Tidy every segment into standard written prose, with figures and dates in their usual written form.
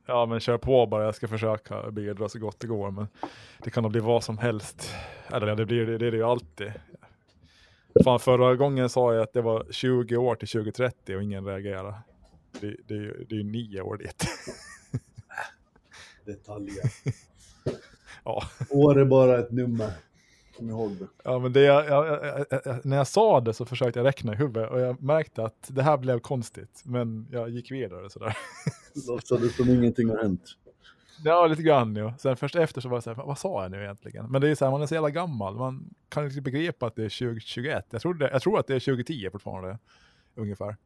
Ja, men kör på bara. Jag ska försöka bidra så gott det går. Men det kan nog bli vad som helst. Eller det är det ju alltid. Fan, förra gången sa jag att det var 20 år till 2030 och ingen reagerar. Det är ju 9 år dit. Detaljer. Ja. År är bara ett nummer. Kom ihåg det. Ja, men när jag sa det så försökte jag räkna i huvudet och jag märkte att det här blev konstigt. Men jag gick vidare sådär. Låtsades som ingenting har hänt. Ja, lite grann ju. Sen först efter så var det så här, vad sa jag nu egentligen? Men det är ju så här, man är så jävla gammal. Man kan inte begripa att det är 2021. Jag tror att det är 2010 fortfarande, ungefär.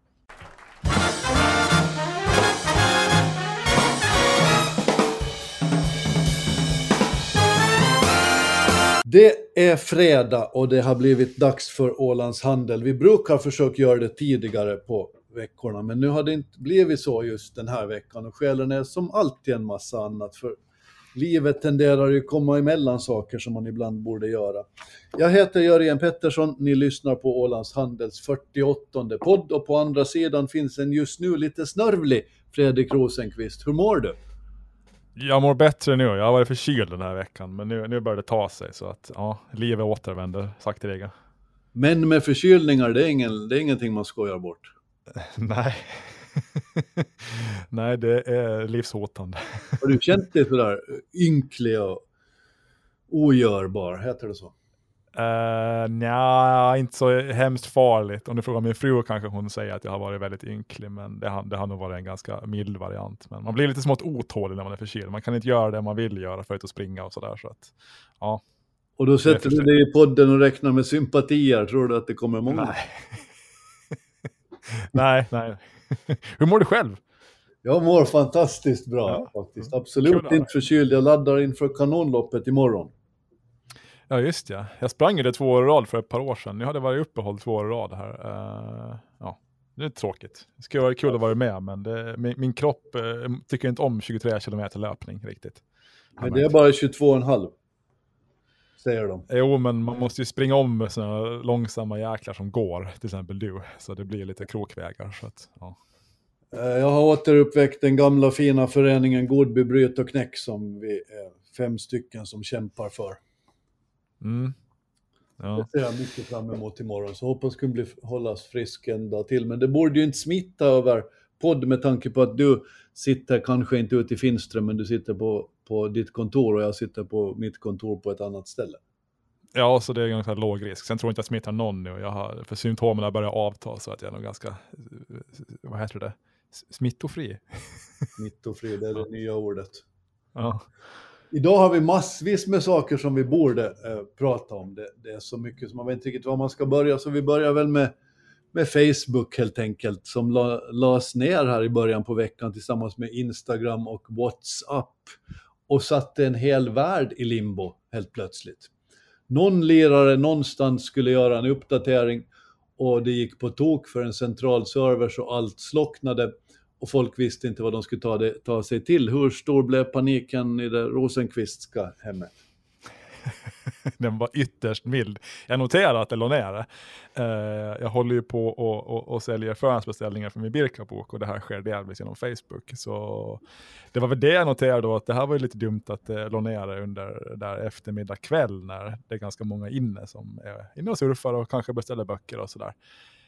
Det är fredag och det har blivit dags för Ålands Handel. Vi brukar försöka göra det tidigare på veckorna, men nu har det inte blivit så just den här veckan. Och skälen är som alltid en massa annat, för livet tenderar ju komma emellan saker som man ibland borde göra. Jag heter Jörgen Pettersson, ni lyssnar på Ålands Handels 48:e podd och på andra sidan finns en just nu lite snörvlig Fredrik Rosenqvist. Hur mår du? Jag mår bättre nu. Jag har varit förkyld den här veckan, men nu börjar det ta sig så att ja, livet återvänder sakteliga. Men med förkylningar, det är ingenting man skojar bort. Nej. Nej, det är livshotande. Har du känt dig sådär ynklig och ogörbar, heter det så? Nja, inte så hemskt farligt. Om du frågar min fru kanske hon säger att jag har varit väldigt ynklig, men det har nog varit en ganska mild variant. Men man blir lite smått otålig när man är förkyld. Man kan inte göra det man vill göra för att springa och sådär. Så att, ja. Och då sätter du dig i podden och räknar med sympatier. Tror du att det kommer många? Nej. Nej. Hur mår du själv? Jag mår fantastiskt bra faktiskt. Absolut inte förkyld. Jag laddar inför kanonloppet imorgon. Ja, just ja. Jag sprang det 2 år i rad för ett par år sedan. Nu hade jag varit uppehåll 2 år i rad här. Ja, det är tråkigt. Det skulle vara kul att vara med, men min kropp tycker inte om 23 kilometer löpning riktigt. Men det är bara 22,5. Säger de. Jo, men man måste ju springa om såna långsamma jäklar som går, till exempel du. Så det blir lite krokvägar. Så att, ja. Jag har återuppväckt den gamla fina föreningen Godby Bryt och Knäck som vi är 5 stycken som kämpar för. Mm. Ja. Det ser jag mycket fram emot imorgon. Så hoppas kunna hållas frisk en dag till. Men det borde ju inte smitta över podd med tanke på att du sitter kanske inte ute i Finström, men du sitter på ditt kontor och jag sitter på mitt kontor på ett annat ställe. Ja, så det är ganska låg risk. Sen tror jag inte jag smittar någon nu. För symptomen börjar avta så att jag är nog ganska, vad heter det? Smittofri. Smittofri, det är det nya ordet. Ja. Idag har vi massvis med saker som vi borde prata om. Det är så mycket som man vet inte riktigt var man ska börja. Så vi börjar väl med Facebook helt enkelt. Som lades ner här i början på veckan tillsammans med Instagram och WhatsApp. Och satte en hel värld i limbo helt plötsligt. Någon lirare någonstans skulle göra en uppdatering. Och det gick på tok för en central server så allt slocknade. Och folk visste inte vad de skulle ta sig till. Hur stor blev paniken i det Rosenqvistska hemmet? Den var ytterst mild. Jag noterar att det låg ner. Jag håller ju på och säljer förhandsbeställningar för min Birka-bok. Och det här sker delvis genom Facebook. Så det var väl det jag noterade då. Att det här var ju lite dumt att det låg ner under där eftermiddag kväll. När det är ganska många inne som är inne och surfar och kanske beställer böcker och sådär.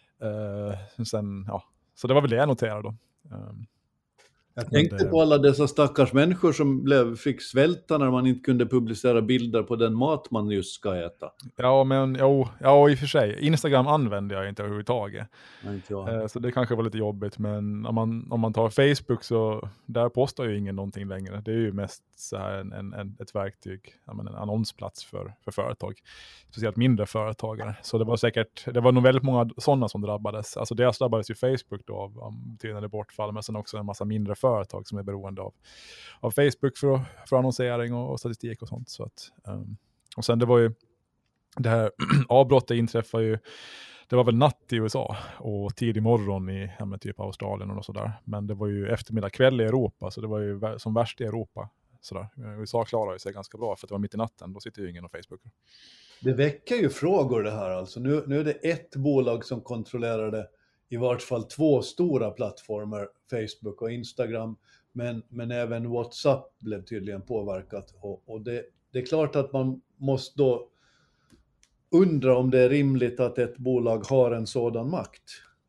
Så det var väl det jag noterade då. Jag tänkte på alla dessa stackars människor som fick svälta när man inte kunde publicera bilder på den mat man just ska äta. Ja, men i och för sig. Instagram använder jag inte överhuvudtaget. Inte så det kanske var lite jobbigt. Men om man tar Facebook så där postar ju ingen någonting längre. Det är ju mest så här ett verktyg, en annonsplats för företag. Speciellt mindre företagare. Så det var nog väldigt många sådana som drabbades. Alltså dels drabbades ju Facebook då av betydande bortfall. Men sen också en massa mindre företag som är beroende av Facebook för annonsering och statistik och sånt. Så att, och sen det var ju det här avbrottet inträffar ju, det var väl natt i USA och tidig morgon i typ Australien och sådär. Men det var ju eftermiddag kväll i Europa, så det var ju som värst i Europa. Sådär. USA klarar ju sig ganska bra för att det var mitt i natten, då sitter ju ingen på Facebook. Det väcker ju frågor det här alltså. Nu är det ett bolag som kontrollerar det, i vart fall 2 stora plattformar, Facebook och Instagram. Men även WhatsApp blev tydligen påverkat. Och det är klart att man måste då undra om det är rimligt att ett bolag har en sådan makt.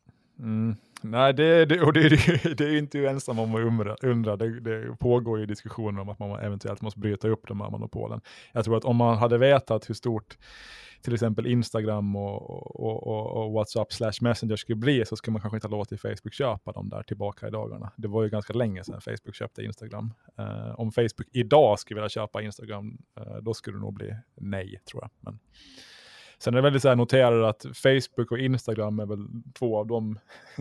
Nej, det är ju inte ensam om att undra. Det pågår ju diskussioner om att man eventuellt måste bryta upp de här monopolen. Jag tror att om man hade vetat hur stort till exempel Instagram och WhatsApp /Messenger skulle bli, så skulle man kanske inte ha låtit Facebook köpa dem där tillbaka i dagarna. Det var ju ganska länge sedan Facebook köpte Instagram. Om Facebook idag skulle vilja köpa Instagram, då skulle det nog bli nej, tror jag. Men sen är det väldigt så här, noterar att Facebook och Instagram är väl 2 av dem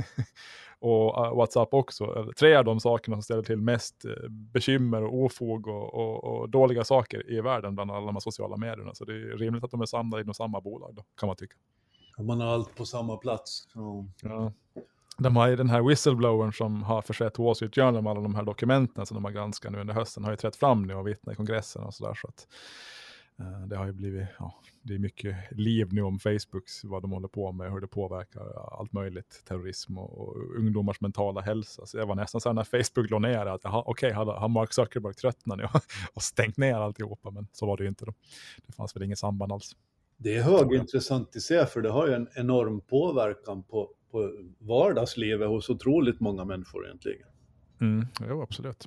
och WhatsApp också, eller 3 av de sakerna som ställer till mest bekymmer och ofog och dåliga saker i världen bland alla de här sociala medierna. Så det är rimligt att de är samlade inom samma bolag då, kan man tycka. Man har allt på samma plats. Ja. De har ju den här whistleblowern som har försett Wall Street Journal med alla de här dokumenten som de har granskat nu under hösten, har ju trätt fram nu och vittnat i kongressen och sådär, så att det har ju blivit, det är mycket liv nu om Facebooks, vad de håller på med, hur det påverkar allt möjligt, terrorism och ungdomars mentala hälsa. Så det var nästan så när Facebook låg ner att har Mark Zuckerberg tröttnat nu och stängt ner alltihopa, men så var det ju inte då. Det fanns väl ingen samband alls. Det är högintressant att se, för det har ju en enorm påverkan på vardagslivet hos otroligt många människor egentligen. Jo, absolut.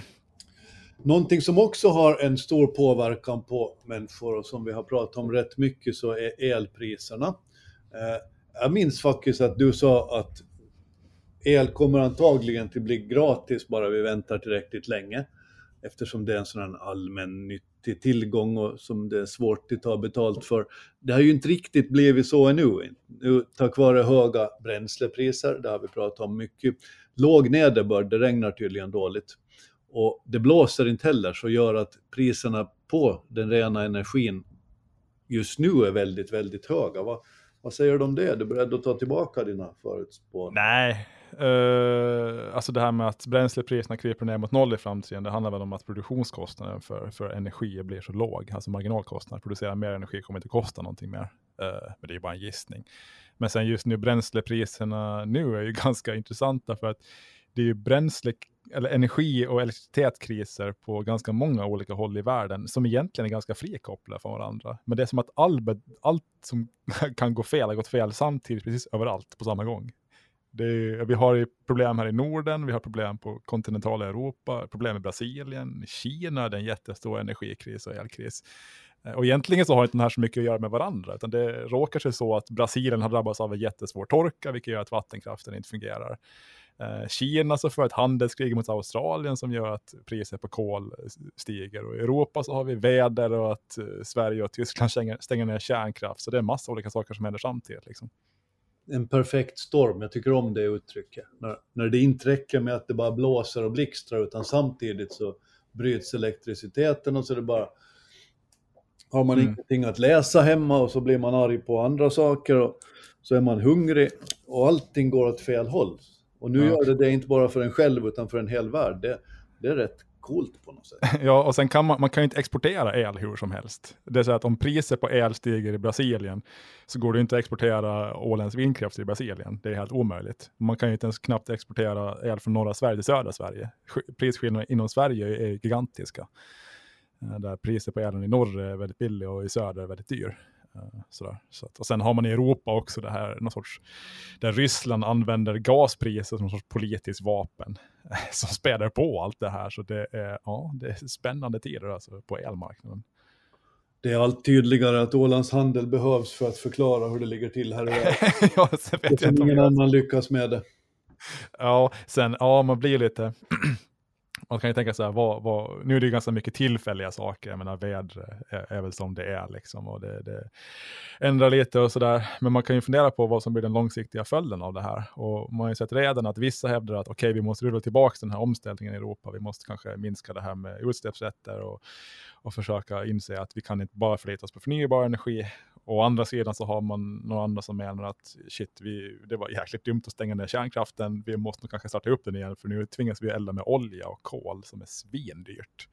Någonting som också har en stor påverkan på människor och som vi har pratat om rätt mycket, så är elpriserna. Jag minns faktiskt att du sa att el kommer antagligen till bli gratis bara vi väntar tillräckligt länge. Eftersom det är en sån här allmännyttig tillgång och som det är svårt att ta betalt för. Det har ju inte riktigt blivit så ännu. Tack vare höga bränslepriser, det har vi pratat om mycket. Låg nederbörd, det regnar tydligen dåligt. Och det blåser inte heller, så gör att priserna på den rena energin just nu är väldigt, väldigt höga. Vad säger du om det? Är du beredd att ta tillbaka dina förutspåningar? Nej, alltså det här med att bränslepriserna kryper ner mot noll i framtiden, det handlar väl om att produktionskostnaden för energi blir så låg. Alltså marginalkostnaden, producera mer energi kommer inte kosta någonting mer. Men det är ju bara en gissning. Men sen just nu, bränslepriserna nu är ju ganska intressanta, för att det är ju energi- och elektricitetskriser på ganska många olika håll i världen som egentligen är ganska frikopplade från varandra. Men det är som att allt som kan gå fel har gått fel samtidigt, precis överallt på samma gång. Vi har ju problem här i Norden, vi har problem på kontinentala Europa, problem i Brasilien, Kina, det är en jättestor energikris och elkris. Och egentligen så har inte den här så mycket att göra med varandra, utan det råkar sig så att Brasilien har drabbats av en jättesvår torka, vilket gör att vattenkraften inte fungerar. Kina så för ett handelskrig mot Australien som gör att priset på kol stiger, och i Europa så har vi väder och att Sverige och Tyskland stänger ner kärnkraft, så det är en massa olika saker som händer samtidigt liksom. En perfekt storm, jag tycker om det uttrycket. När det inte räcker med att det bara blåser och blixtrar, utan samtidigt så bryts elektriciteten och så är det bara, har man ingenting att läsa hemma och så blir man arg på andra saker och så är man hungrig och allting går åt fel håll. Och nu gör det inte bara för en själv utan för en hel värld. Det är rätt coolt på något sätt. Ja, och sen kan man kan ju inte exportera el hur som helst. Det är så att om priset på el stiger i Brasilien så går det inte att exportera åländsk vindkraft till Brasilien. Det är helt omöjligt. Man kan ju inte ens knappt exportera el från norra Sverige till södra Sverige. Prisskillnaderna inom Sverige är gigantiska. Där priset på elen i norr är väldigt billig och i söder är väldigt dyr. Sådär. Och sen har man i Europa också det här, någon sorts, där Ryssland använder gaspriser som någon sorts politiskt vapen som späder på allt det här. Så det är spännande tider alltså på elmarknaden. Det är allt tydligare att Ålands handel behövs för att förklara hur det ligger till här i världen. Ja, sen vet jag inte ingen annan lyckas med det. Ja, man blir lite... Man kan ju tänka så här, nu är det ju ganska mycket tillfälliga saker. Jag menar, väder är väl som det är liksom, och det ändrar lite och sådär. Men man kan ju fundera på vad som blir den långsiktiga följden av det här. Och man har ju sett redan att vissa hävdar att vi måste rulla tillbaka den här omställningen i Europa. Vi måste kanske minska det här med utsläppsrätter och försöka inse att vi kan inte bara förlita oss på förnybar energi. Och å andra sidan så har man några andra som menar att det var jäkligt dumt att stänga ner kärnkraften. Vi måste nog kanske starta upp den igen, för nu tvingas vi elda med olja och kol som är svindyrt.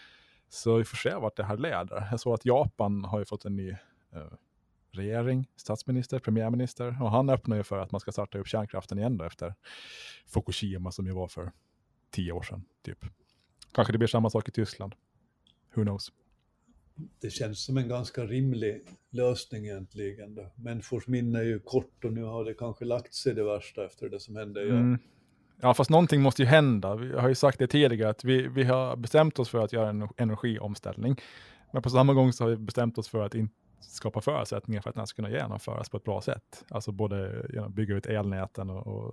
Så vi får se vart det här leder. Jag såg att Japan har ju fått en ny regering, statsminister, premiärminister, och han öppnar ju för att man ska starta upp kärnkraften igen då efter Fukushima som ju var för 10 år sedan, typ. Kanske det blir samma sak i Tyskland. Who knows? Det känns som en ganska rimlig lösning egentligen. Då. Människors minne är ju kort och nu har det kanske lagt sig det värsta efter det som hände. Ja, fast någonting måste ju hända. Vi har ju sagt det tidigare att vi har bestämt oss för att göra en energiomställning. Men på samma gång så har vi bestämt oss för att inte skapa förutsättningar för att den ska kunna genomföras på ett bra sätt. Alltså både bygga ut elnäten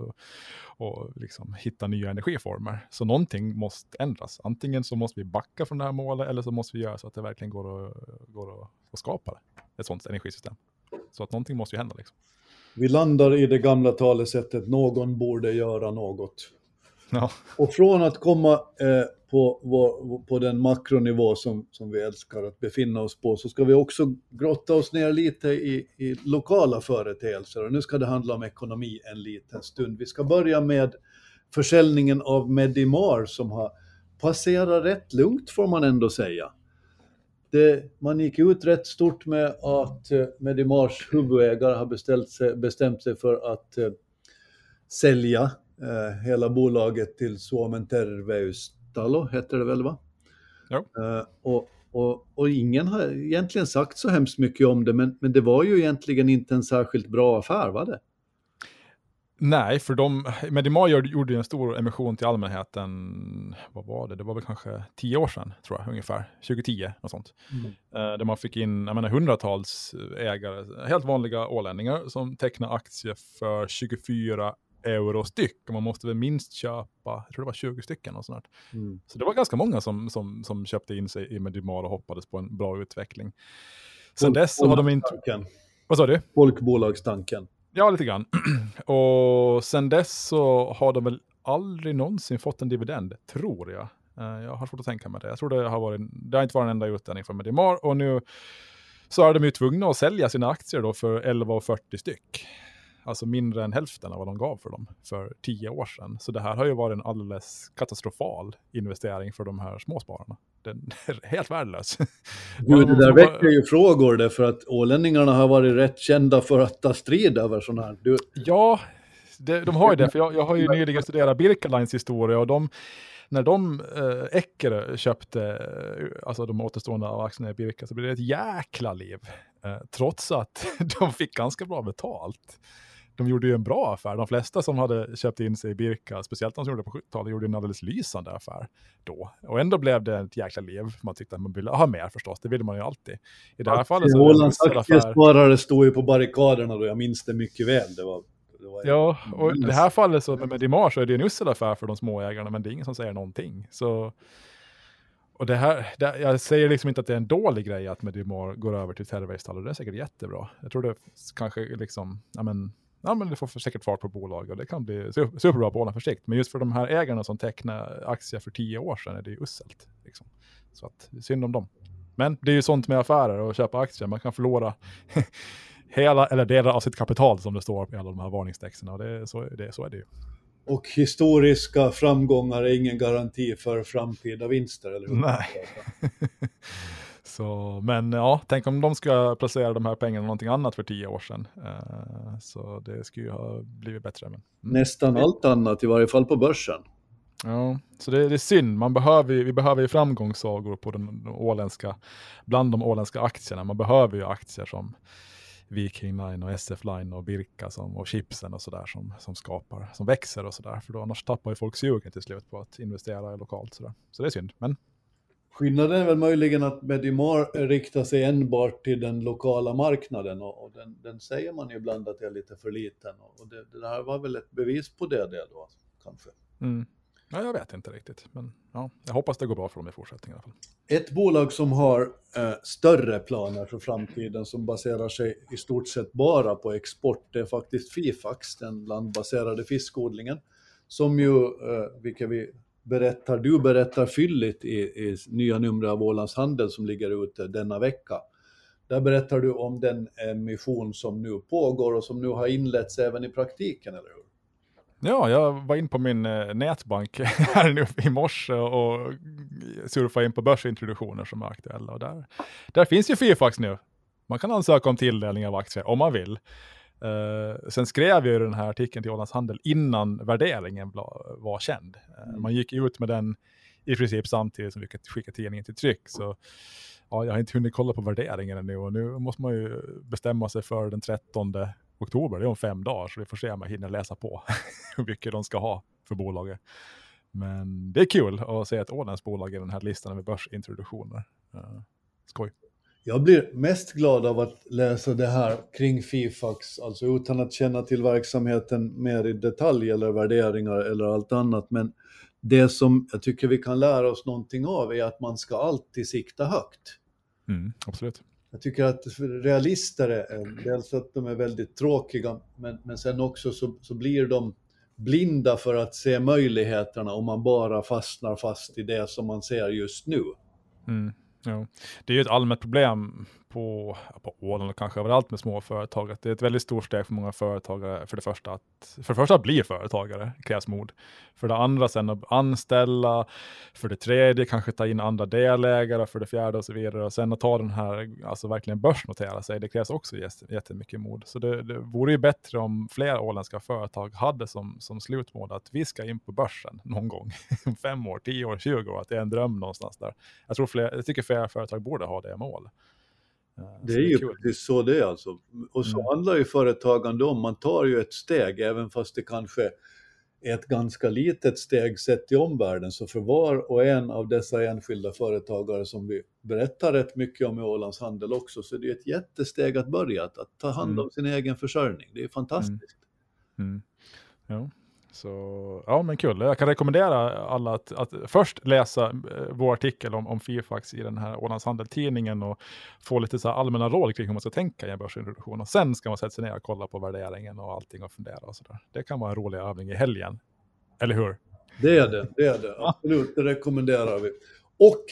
och liksom hitta nya energiformer. Så någonting måste ändras. Antingen så måste vi backa från det här målet eller så måste vi göra så att det verkligen går att skapa ett sånt energisystem. Så att någonting måste ju hända liksom. Vi landar i det gamla talesättet, någon borde göra något. Ja. Och från att komma på den makronivå som vi älskar att befinna oss på, så ska vi också grotta oss ner lite i lokala företeelser. Och nu ska det handla om ekonomi en liten stund. Vi ska börja med försäljningen av Medimar som har passerat rätt lugnt, får man ändå säga. Man gick ut rätt stort med att Medimars huvudägare har bestämt sig för att sälja hela bolaget till Suomen Terveystalo, heter det väl va? Ja. Och ingen har egentligen sagt så hemskt mycket om det, men det var ju egentligen inte en särskilt bra affär, var det? Nej, för Medimar gjorde en stor emission till allmänheten, vad var det? Det var väl kanske 10 år sedan, tror jag, ungefär. 2010, något sånt. Där man fick in hundratals ägare, helt vanliga ålänningar, som tecknade aktier för 24 euro styck. Och man måste väl minst köpa, jag tror det var 20 stycken och sånt. Så det var ganska många som köpte in sig i Medimar och hoppades på en bra utveckling. Sen dess så har de inte... Vad sa du? Folkbolagstanken. Ja, lite grann. Och sen dess så har de väl aldrig någonsin fått en dividend, tror jag. Jag har svårt att tänka mig det. Jag tror det har inte varit en enda utdelning för Medimar. Och nu så är de ju tvungna att sälja sina aktier då för 11,40 styck. Alltså mindre än hälften av vad de gav för dem för 10 år sedan. Så det här har ju varit en alldeles katastrofal investering för de här småspararna. Den är helt värdelös. Det där väcker ju frågor därför att ålänningarna har varit rätt kända för att ta strid över sådana här. Ja, de har ju det. För jag har ju nyligen studerat Birkalines historia och när Eckerö köpte alltså de återstående av aktierna i Birka så blev det ett jäkla liv. Trots att de fick ganska bra betalt. De gjorde ju en bra affär. De flesta som hade köpt in sig i Birka, speciellt de som gjorde det på 70-talet, gjorde en alldeles lysande affär då. Och ändå blev det ett jäkla liv. Man tyckte att man ville ha mer förstås. Det ville man ju alltid. I det här fallet så Ålands aktiesparare stod ju på barrikaderna då. Jag minns det mycket väl. Det var ja, och i det här fallet så med Medimar så är det en usselaffär för de små ägarna, men det är ingen som säger någonting. Så, och jag säger liksom inte att det är en dålig grej att Medimar går över till Terveystalo. Det är säkert jättebra. Jag tror det kanske liksom, men det får säkert fart på bolag och det kan bli superbra på Åland för sikt. Men just för de här ägarna som tecknar aktier för 10 år sedan är det ju usselt. Liksom. Så att det är synd om dem. Men det är ju sånt med affärer och köpa aktier. Man kan förlora hela eller delar av sitt kapital som det står på alla de här varningstexterna. Och så är det ju. Och historiska framgångar är ingen garanti för framtida vinster, eller hur? Nej. Så, men ja, tänk om de ska placera de här pengarna någonting annat för 10 år sedan. Så det skulle ju ha blivit bättre. Men, nästan allt annat, i varje fall på börsen. Ja, så det är synd. Vi behöver ju framgångssagor på bland de åländska aktierna. Man behöver ju aktier som Viking Line och SF Line och Birka och Chipsen och sådär som växer och sådär. För då annars tappar ju folk sugen till slut på att investera lokalt. Så det är synd, men... Skillnaden är väl möjligen att Medimar riktar sig enbart till den lokala marknaden och den säger man ju ibland att det är lite för liten. Och det här var väl ett bevis på det då, kanske. Ja, jag vet inte riktigt, men ja, jag hoppas det går bra för dem i fortsättningen i alla fall. Ett bolag som har större planer för framtiden som baserar sig i stort sett bara på export, det är faktiskt Fifax, den landbaserade fiskodlingen, som ju, vilka du berättar fylligt i nya numret av Ålands Handel som ligger ute denna vecka. Där berättar du om den emission som nu pågår och som nu har inletts även i praktiken, eller hur? Ja, jag var in på min nätbank här nu i morse och surfade in på börsintroduktioner som är aktuella. Och där finns ju Fifax nu. Man kan ansöka om tilldelning av aktier om man vill. Sen skrev jag ju den här artikeln till Ålands Handel innan värderingen var känd. Man gick ut med den i princip samtidigt som vi skickade tidningen till tryck. Så ja, jag har inte hunnit kolla på värderingen ännu. Och nu måste man ju bestämma sig för den 13 oktober. Det är om 5 dagar, så vi får se om jag hinner läsa på hur mycket de ska ha för bolaget. Men det är kul att se ett åländskt bolag i den här listan med börsintroduktioner. Skoj. Jag blir mest glad av att läsa det här kring Fifax, alltså utan att känna till verksamheten mer i detalj eller värderingar eller allt annat. Men det som jag tycker vi kan lära oss någonting av är att man ska alltid sikta högt. Absolut. Jag tycker att realister är dels att de är väldigt tråkiga, men sen också så blir de blinda för att se möjligheterna om man bara fastnar fast i det som man ser just nu. Ja. Det är ju ett allmänt problem på Åland och kanske överallt med små företag, att det är ett väldigt stort steg för många företagare för det första att bli företagare krävs mod. För det andra sen att anställa, för det tredje kanske ta in andra delägare, för det fjärde och så vidare. Och sen att ta den här, alltså verkligen börsnotera sig, det krävs också jättemycket mod. Så det vore ju bättre om fler åländska företag hade som slutmål att vi ska in på börsen någon gång. 5 år, 10 år, 20 år, att det är en dröm någonstans där. Jag tycker fler företag borde ha det mål. Det är ju precis så det är alltså. Och så handlar ju företagande om. Man tar ju ett steg, även fast det kanske är ett ganska litet steg sett i omvärlden. Så för var och en av dessa enskilda företagare som vi berättar rätt mycket om i Ålands Handel också, så det är ett jättesteg att börja. Att ta hand om sin egen försörjning. Det är fantastiskt. Ja. Så, ja men kul. Jag kan rekommendera alla att först läsa vår artikel om Fifax i den här Ålands Handel-tidningen och få lite så här allmänna råd kring hur man ska tänka i en börsintroduktion. Och sen ska man sätta sig ner och kolla på värderingen och allting och fundera och sådär. Det kan vara en rolig övning i helgen. Eller hur? Det är det. Absolut, det rekommenderar vi. Och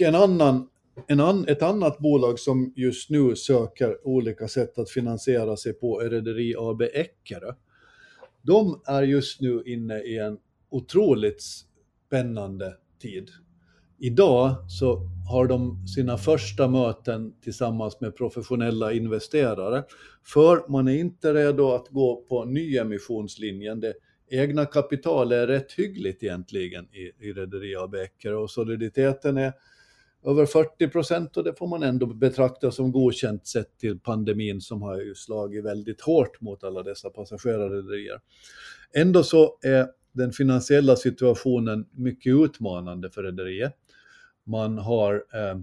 ett annat bolag som just nu söker olika sätt att finansiera sig på är Rederi AB Eckerö. De är just nu inne i en otroligt spännande tid. Idag så har de sina första möten tillsammans med professionella investerare. För man är inte redo att gå på nyemissionslinjen. Det egna kapital är rätt hyggligt egentligen i Rederi AB Eckerö, och soliditeten är över 40%, och det får man ändå betrakta som godkänt sett till pandemin som har ju slagit väldigt hårt mot alla dessa passagerarrederier. Ändå så är den finansiella situationen mycket utmanande för rederiet. Man har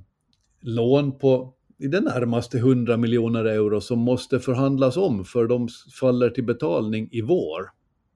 lån på i det närmaste 100 miljoner euro som måste förhandlas om, för de faller till betalning i vår.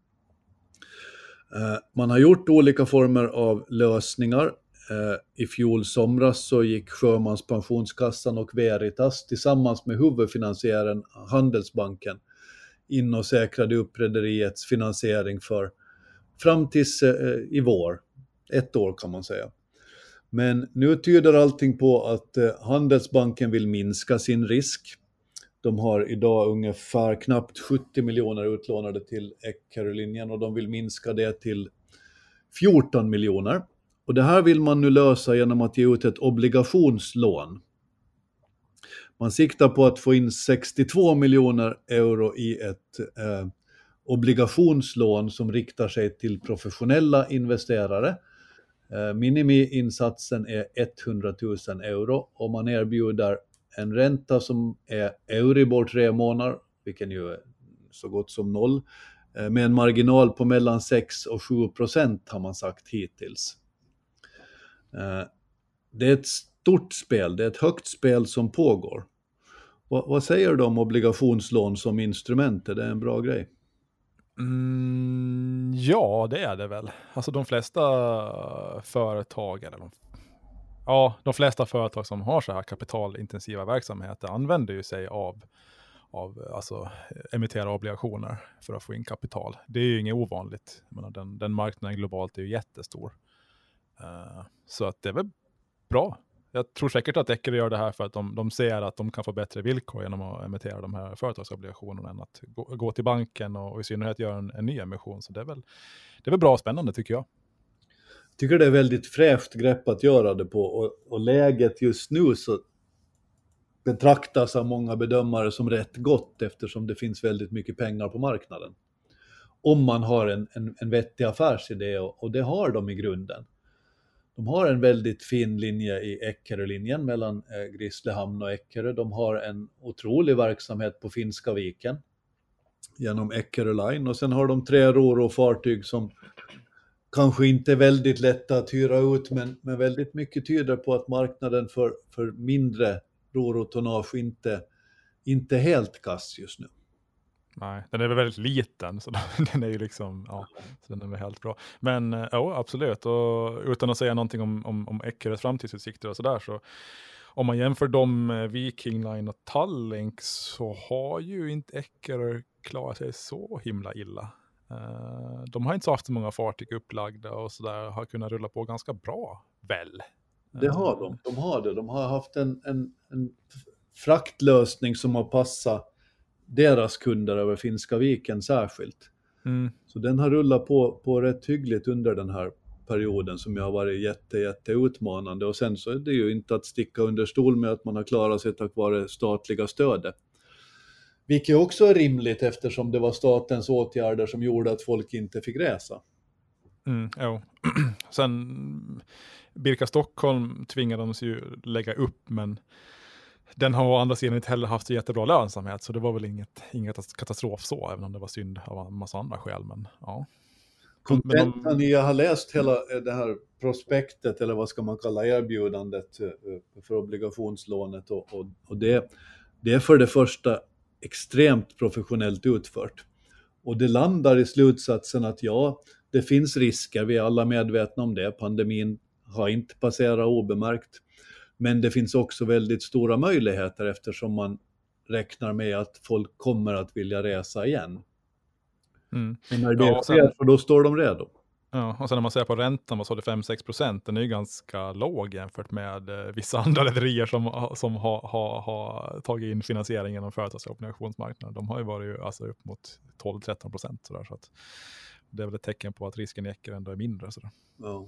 Man har gjort olika former av lösningar. I fjol somras så gick Sjömanspensionskassan och Veritas tillsammans med huvudfinansiären Handelsbanken in och säkrade upp rederiets finansiering för fram tills i vår. 1 år kan man säga. Men nu tyder allting på att Handelsbanken vill minska sin risk. De har idag ungefär knappt 70 miljoner utlånade till Eckerö-linjen, och de vill minska det till 14 miljoner. Och det här vill man nu lösa genom att ge ut ett obligationslån. Man siktar på att få in 62 miljoner euro i ett obligationslån som riktar sig till professionella investerare. Minimiinsatsen är 100 000 euro, och man erbjuder en ränta som är Euribor 3 månader, vilken ju är så gott som 0, med en marginal på mellan 6 och 7% har man sagt hittills. Det är ett stort spel, det är ett högt spel som pågår. Vad säger du om obligationslån som instrument? Är det en bra grej? Ja, det är det väl. Alltså de flesta företag, de flesta företag som har så här kapitalintensiva verksamheter använder ju sig av alltså emittera obligationer för att få in kapital. Det är ju inget ovanligt. Jag menar, den marknaden globalt är ju jättestor. Så att det är väl bra. Jag tror säkert att Eckerö gör det här för att de ser att de kan få bättre villkor genom att emittera de här företagsobligationerna än att gå till banken och i synnerhet göra en ny emission. Så det är väl bra och spännande tycker jag. Jag tycker det är väldigt fräscht grepp att göra det på, och läget just nu så betraktas av många bedömare som rätt gott eftersom det finns väldigt mycket pengar på marknaden. Om man har en vettig affärsidé, och det har de i grunden. De har en väldigt fin linje i Eckerö-linjen mellan Grisslehamn och Eckerö. De har en otrolig verksamhet på Finska viken genom Eckerö Line. Och sen har de 3 ro-ro-fartyg som kanske inte är väldigt lätta att hyra ut, men väldigt mycket tyder på att marknaden för mindre ro-ro-tonnage inte är helt kass just nu. Nej, den är väl väldigt liten, så den är ju liksom, ja, så den är väl helt bra. Men ja, absolut, och utan att säga någonting om Eckerös framtidsutsikter och sådär, så om man jämför dem Viking Line och Tallink, så har ju inte Eckerö klarat sig så himla illa. De har inte så haft så många fartyg upplagda och sådär, har kunnat rulla på ganska bra, väl? Det har de. De har det. De har haft en fraktlösning som har passat deras kunder över Finska viken särskilt. Så den har rullat på rätt hyggligt under den här perioden som har varit jätte utmanande. Och sen så är det ju inte att sticka under stol med att man har klarat sig tack vare statliga stödet. Vilket också är rimligt eftersom det var statens åtgärder som gjorde att folk inte fick resa. Jo. Sen Birka Stockholm tvingade ju lägga upp, men den har å andra sidan inte heller haft så jättebra lönsamhet, så det var väl inget katastrof så, även om det var synd av en massa andra skäl. Men ja. Jag har läst hela det här prospektet, eller vad ska man kalla erbjudandet för obligationslånet, och det är för det första extremt professionellt utfört. Och det landar i slutsatsen att ja, det finns risker, vi är alla medvetna om det, pandemin har inte passerat obemärkt. Men det finns också väldigt stora möjligheter eftersom man räknar med att folk kommer att vilja resa igen. Och när det sker, så då står de redo. Ja, och sen när man ser på räntan, vad sa det, 5-6%, den är ju ganska låg jämfört med vissa andra rederier som har tagit in finansiering genom företagsobligationsmarknaden. De har ju varit alltså upp mot 12-13%. Så att det är väl ett tecken på att risken i Eckerö ändå är mindre. Sådär. Ja.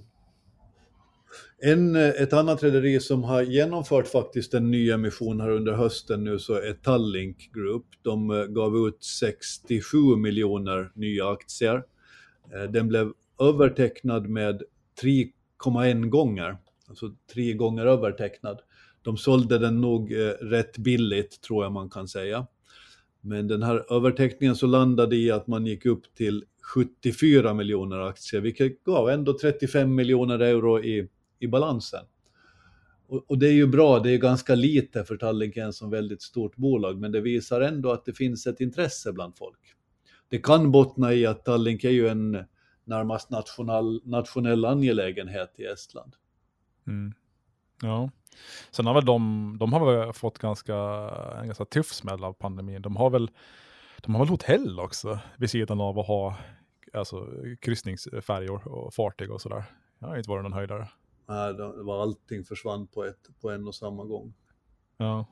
Ett annat rederi som har genomfört faktiskt en ny emission här under hösten nu, så är Tallink Group. De gav ut 67 miljoner nya aktier. Den blev övertecknad med 3,1 gånger. Alltså 3 gånger övertecknad. De sålde den nog rätt billigt, tror jag man kan säga. Men den här överteckningen så landade i att man gick upp till 74 miljoner aktier, vilket gav ändå 35 miljoner euro i balansen. Och det är ju bra, det är ganska lite för Tallink som väldigt stort bolag, men det visar ändå att det finns ett intresse bland folk. Det kan bottna i att Tallink är ju en närmast nationell angelägenhet i Estland. Ja. Sen har väl de har väl fått en ganska tuff smäll av pandemin. De har väl hotell också vid sidan av att ha alltså kryssningsfärjor och fartyg och sådär. Det har inte varit någon höjdare. Nej, det var allting försvann på en och samma gång. Ja.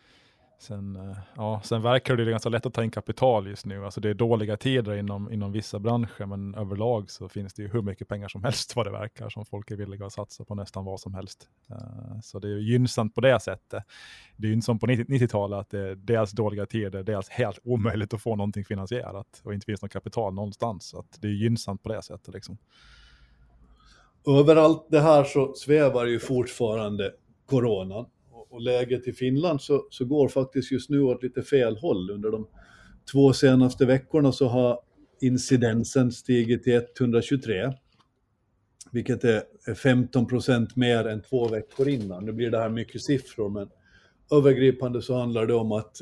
Sen verkar det ganska lätt att ta in kapital just nu. Alltså det är dåliga tider inom vissa branscher, men överlag så finns det ju hur mycket pengar som helst vad det verkar, som folk är villiga att satsa på nästan vad som helst. Så det är ju gynnsamt på det sättet. Det är ju inte som på 90-talet att det är dels dåliga tider, dels helt omöjligt att få någonting finansierat och inte finns något kapital någonstans. Så att det är gynnsamt på det sättet liksom. Överallt det här så svävar ju fortfarande coronan. Och läget i Finland så går faktiskt just nu åt lite fel håll. Under de 2 senaste veckorna så har incidensen stigit till 123. Vilket är 15% mer än 2 veckor innan. Nu blir det här mycket siffror, men övergripande så handlar det om att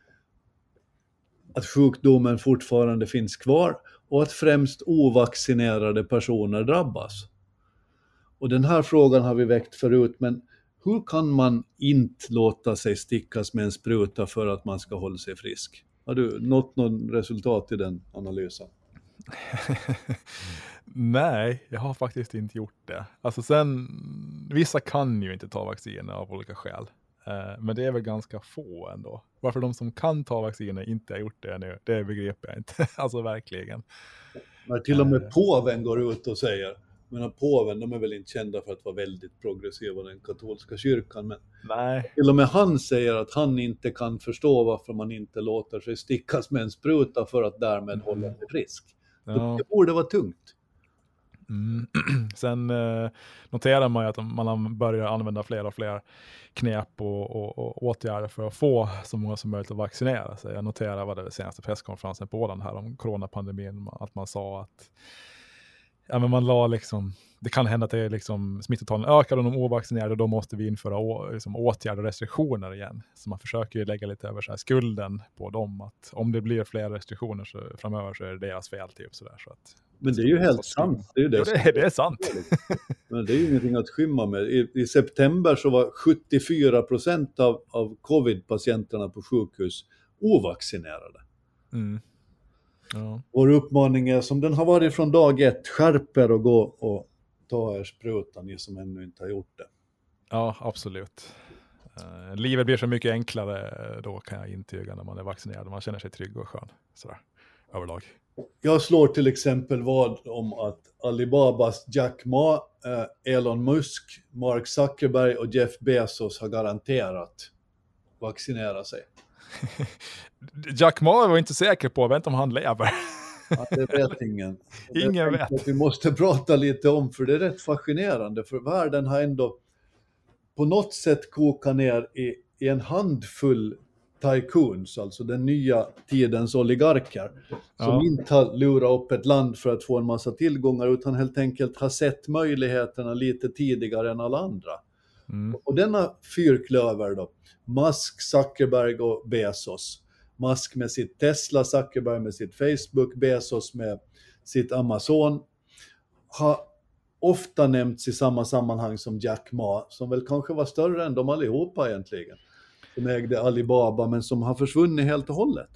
sjukdomen fortfarande finns kvar och att främst ovaccinerade personer drabbas. Och den här frågan har vi väckt förut, men hur kan man inte låta sig stickas med en spruta för att man ska hålla sig frisk? Har du nått någon resultat i den analysen? Nej, jag har faktiskt inte gjort det. Alltså vissa kan ju inte ta vacciner av olika skäl. Men det är väl ganska få ändå. Varför de som kan ta vacciner inte har gjort det nu, det begriper jag inte. Alltså verkligen. När till och med påven går ut och säger Men påven, de är väl inte kända för att vara väldigt progressiva, den katolska kyrkan, men Nej. till och med han säger att han inte kan förstå varför man inte låter sig stickas med en spruta för att därmed hålla sig frisk. Ja. Det borde vara tungt. Sen noterar man ju att man börjar använda fler och fler knep och åtgärder för att få så många som möjligt att vaccinera sig. Jag noterar vad det senaste presskonferensen på den här om coronapandemin, att man sa att men man la liksom, det kan hända att det är liksom smittotalen ökar och de ovaccinerade, och då måste vi införa liksom åtgärder och restriktioner igen. Så man försöker ju lägga lite över så här skulden på dem, att om det blir fler restriktioner så framöver så är det deras fel typ sådär. Så att, men det är ju helt sant. Det är, det är sant. Men det är ju ingenting att skymma med. I september så var 74% av covid-patienterna på sjukhus ovaccinerade. Ja. Vår uppmaning är, som den har varit från dag ett, skärper och gå och ta er sprutan, ni som ännu inte har gjort det. Ja, absolut. Livet blir så mycket enklare då, kan jag intyga, när man är vaccinerad. Man känner sig trygg och skön sådär, överlag. Jag slår till exempel vad om att Alibabas Jack Ma, Elon Musk, Mark Zuckerberg och Jeff Bezos har garanterat vaccinera sig. Jack Ma var inte säker på, vänta om han lever. Ja, det vet ingen. Ingen vet. Att vi måste prata lite om, för det är rätt fascinerande, för världen har ändå på något sätt kokat ner i en handfull tycoons, alltså den nya tidens oligarker, som inte har lurat upp ett land för att få en massa tillgångar, utan helt enkelt har sett möjligheterna lite tidigare än alla andra. Och denna fyrklöver då, Musk, Zuckerberg och Bezos. Musk med sitt Tesla, Zuckerberg med sitt Facebook, Bezos med sitt Amazon, har ofta nämnts i samma sammanhang som Jack Ma, som väl kanske var större än de allihopa egentligen, som ägde Alibaba, men som har försvunnit helt och hållet.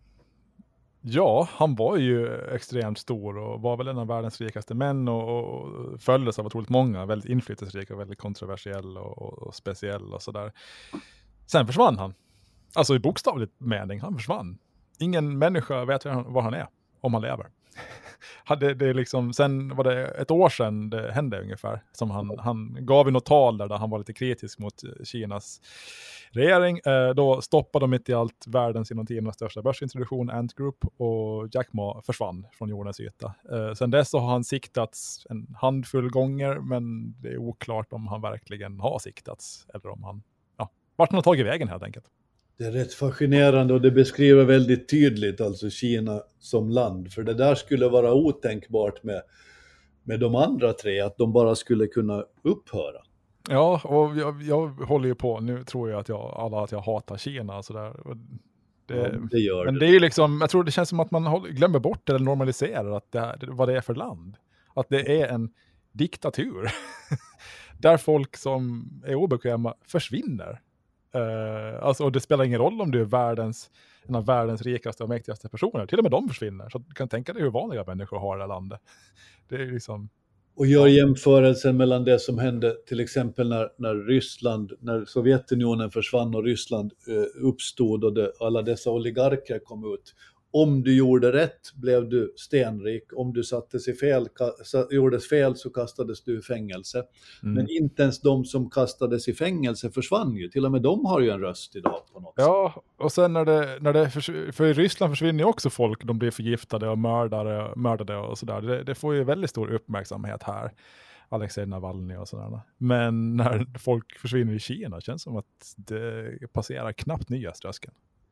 Ja, han var ju extremt stor och var väl en av världens rikaste män och följdes av otroligt många, väldigt inflytelserik och väldigt kontroversiell och speciell och sådär. Sen försvann han. Alltså i bokstavlig mening, han försvann. Ingen människa vet var han är, om han lever. Det liksom, sen var det ett år sedan det hände ungefär, som han gav något tal där han var lite kritisk mot Kinas regering. Då stoppade de mitt i allt världens inom tidernas största börsintroduktion, Ant Group, och Jack Ma försvann från jordens yta. Sen dess så har han siktats en handfull gånger, men det är oklart om han verkligen har siktats eller om han, vart han har tagit vägen helt enkelt. Det är rätt fascinerande, och det beskriver väldigt tydligt alltså Kina som land. För det där skulle vara otänkbart med de andra tre, att de bara skulle kunna upphöra. Ja, och jag håller ju på, nu tror jag att jag hatar Kina. Så där. Det gör men det. Det är ju liksom, jag tror det känns som att man glömmer bort eller normaliserar att vad det är för land. Att det är en diktatur. Där folk som är obekväma försvinner. Alltså, och det spelar ingen roll om du är en av världens rikaste och mäktigaste personer. Till och med de försvinner. Så du kan tänka dig hur vanliga människor har i det här landet. Det är liksom... Och gör jämförelsen mellan det som hände till exempel när Sovjetunionen försvann och Ryssland uppstod och alla dessa oligarker kom ut. Om du gjorde rätt blev du stenrik. Om du gjordes fel så kastades du i fängelse. Men inte ens de som kastades i fängelse försvann ju. Till och med de har ju en röst idag på något sätt. Ja, och sen för i Ryssland försvinner ju också folk. De blir förgiftade och mördade och sådär. Det får ju väldigt stor uppmärksamhet här. Alexej Navalny och sådär. Men när folk försvinner i Kina känns det som att det passerar knappt nya tröskeln.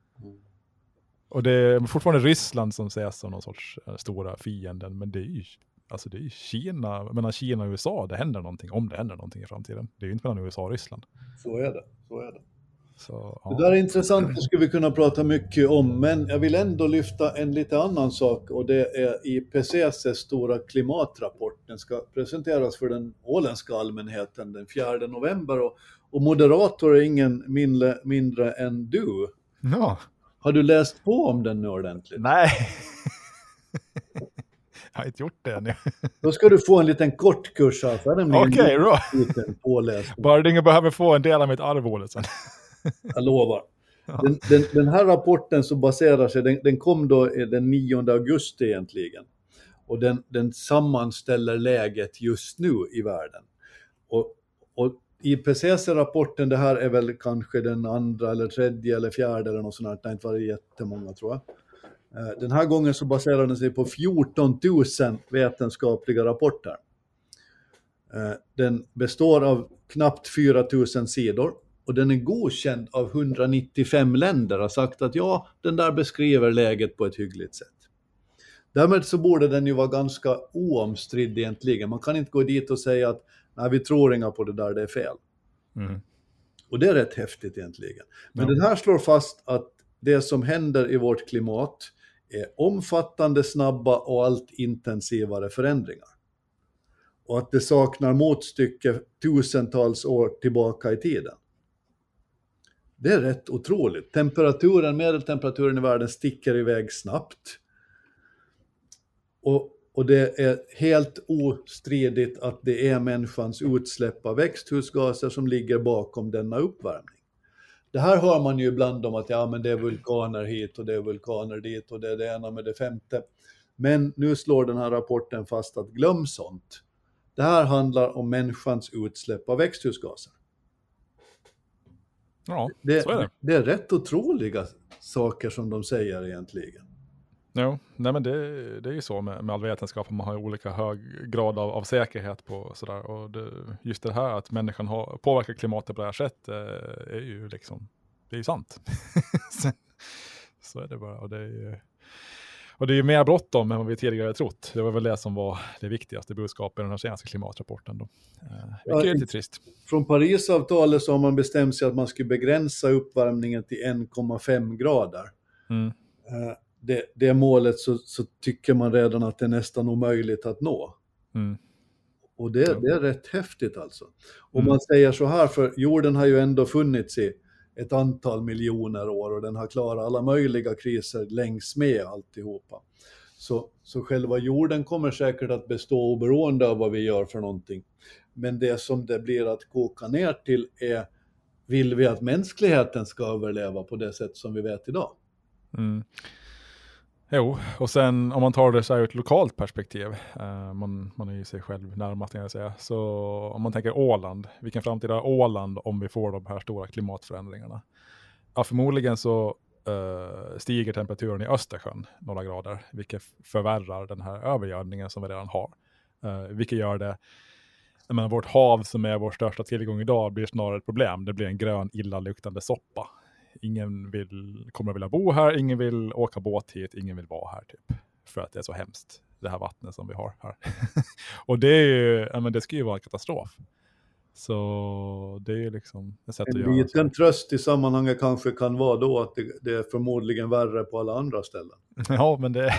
Och det är fortfarande Ryssland som ses som någon sorts stora fienden, men det är ju Kina, mellan Kina och USA det händer någonting, om det händer någonting i framtiden. Det är ju inte mellan USA och Ryssland. Så är det. Så, ja. Det där är intressant, det skulle vi kunna prata mycket om, men jag vill ändå lyfta en lite annan sak, och det är IPCC:s stora klimatrapport. Den ska presenteras för den åländska allmänheten den 4 november, och moderator är ingen mindre än du. Ja. Har du läst på om den nu ordentligt? Nej. Jag har inte gjort det ännu. Då ska du få en liten kort kurs här. Okej, bra. Påläsning. Bara du behöver få en del av mitt arvode sen. Jag lovar. Ja. Den här rapporten så baserar sig, den kom då den 9 augusti egentligen. Och den sammanställer läget just nu i världen. Och IPCC-rapporten, det här är väl kanske den andra eller tredje eller fjärde eller något sånt här, det har inte varit jättemånga tror jag. Den här gången så baserar den sig på 14 000 vetenskapliga rapporter. Den består av knappt 4 000 sidor och den är godkänd av 195 länder och har sagt att ja, den där beskriver läget på ett hyggligt sätt. Därmed så borde den ju vara ganska oomstridd egentligen. Man kan inte gå dit och säga att nej, vi tror inga på det där, det är fel. Mm. Och det är rätt häftigt egentligen. Men den här slår fast att det som händer i vårt klimat är omfattande, snabba och allt intensivare förändringar. Och att det saknar motstycke tusentals år tillbaka i tiden. Det är rätt otroligt. Medeltemperaturen i världen sticker iväg snabbt. Och det är helt ostridigt att det är människans utsläpp av växthusgaser som ligger bakom denna uppvärmning. Det här hör man ju ibland om att ja, men det är vulkaner hit och det är vulkaner dit och det är det ena med det femte. Men nu slår den här rapporten fast att glöm sånt. Det här handlar om människans utsläpp av växthusgaser. Ja, så är det. Det är rätt otroliga saker som de säger egentligen. Jo, nej men det är ju så med all vetenskap, man har ju olika hög grad av säkerhet på sådär, och just det här att människan påverkar klimatet på det här sättet är ju liksom, det är ju sant. Så är det bara, och det är ju mer bråttom än vad vi tidigare trott. Det var väl det som var det viktigaste budskapet i den här senaste klimatrapporten då. Vilket är lite trist. Från Parisavtalet så har man bestämt sig att man ska begränsa uppvärmningen till 1,5 grader. Mm. Det målet så tycker man redan att det är nästan omöjligt att nå. Mm. Och det är rätt häftigt alltså. Och man säger så här, för jorden har ju ändå funnits i ett antal miljoner år och den har klarat alla möjliga kriser längs med alltihopa. Så själva jorden kommer säkert att bestå oberoende av vad vi gör för någonting. Men det som det blir att koka ner till är, vill vi att mänskligheten ska överleva på det sätt som vi vet idag? Mm. Jo, och sen om man tar det så här ur ett lokalt perspektiv, man är ju sig själv närmast kan jag säga, så om man tänker Åland, vilken framtid har Åland om vi får de här stora klimatförändringarna? Ja, förmodligen så stiger temperaturen i Östersjön några grader, vilket förvärrar den här övergödningen som vi redan har. Vilket gör det, jag menar, vårt hav som är vår största tillgång idag blir snarare ett problem. Det blir en grön illaluktande soppa. Ingen kommer att vilja bo här, ingen vill åka båt hit, ingen vill vara här typ. För att det är så hemskt, det här vattnet som vi har här. Och det är ju, men det ska ju vara en katastrof. Så det är ju liksom ett sätt att göra. En liten tröst i sammanhanget kanske kan vara då att det är förmodligen värre på alla andra ställen. Ja, men det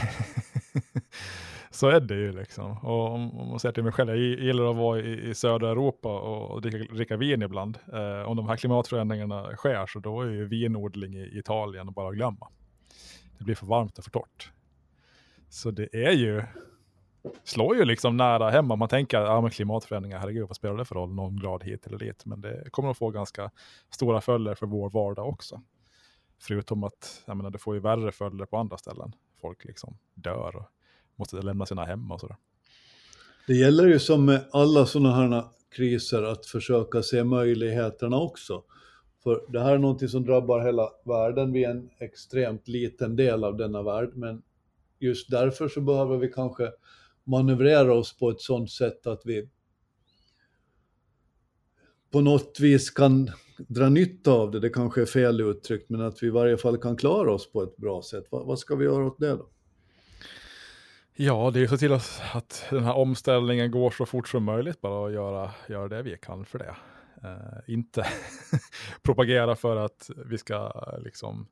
så är det ju liksom. Och om man säger till mig själv, jag gillar att vara i södra Europa och dricka vin ibland. Om de här klimatförändringarna sker så då är ju vinodling i Italien bara att glömma. Det blir för varmt och för torrt. Så det är ju, slår ju liksom nära hemma. Man tänker att men klimatförändringar, herregud, vad spelar det för roll? Någon grad hit eller dit. Men det kommer att få ganska stora följder för vår vardag också. Förutom att jag menar, det får ju värre följder på andra ställen. Folk liksom dör och måste lämna sina hem och sådär. Det gäller ju som med alla sådana här kriser att försöka se möjligheterna också. För det här är något som drabbar hela världen. Vi är en extremt liten del av denna värld. Men just därför så behöver vi kanske manövrera oss på ett sådant sätt att vi på något vis kan dra nytta av det. Det kanske är fel uttryckt, men att vi i varje fall kan klara oss på ett bra sätt. Vad ska vi göra åt det då? Ja, det är så till att den här omställningen går så fort som möjligt, bara att göra det vi kan för det. Inte propagera för att vi ska liksom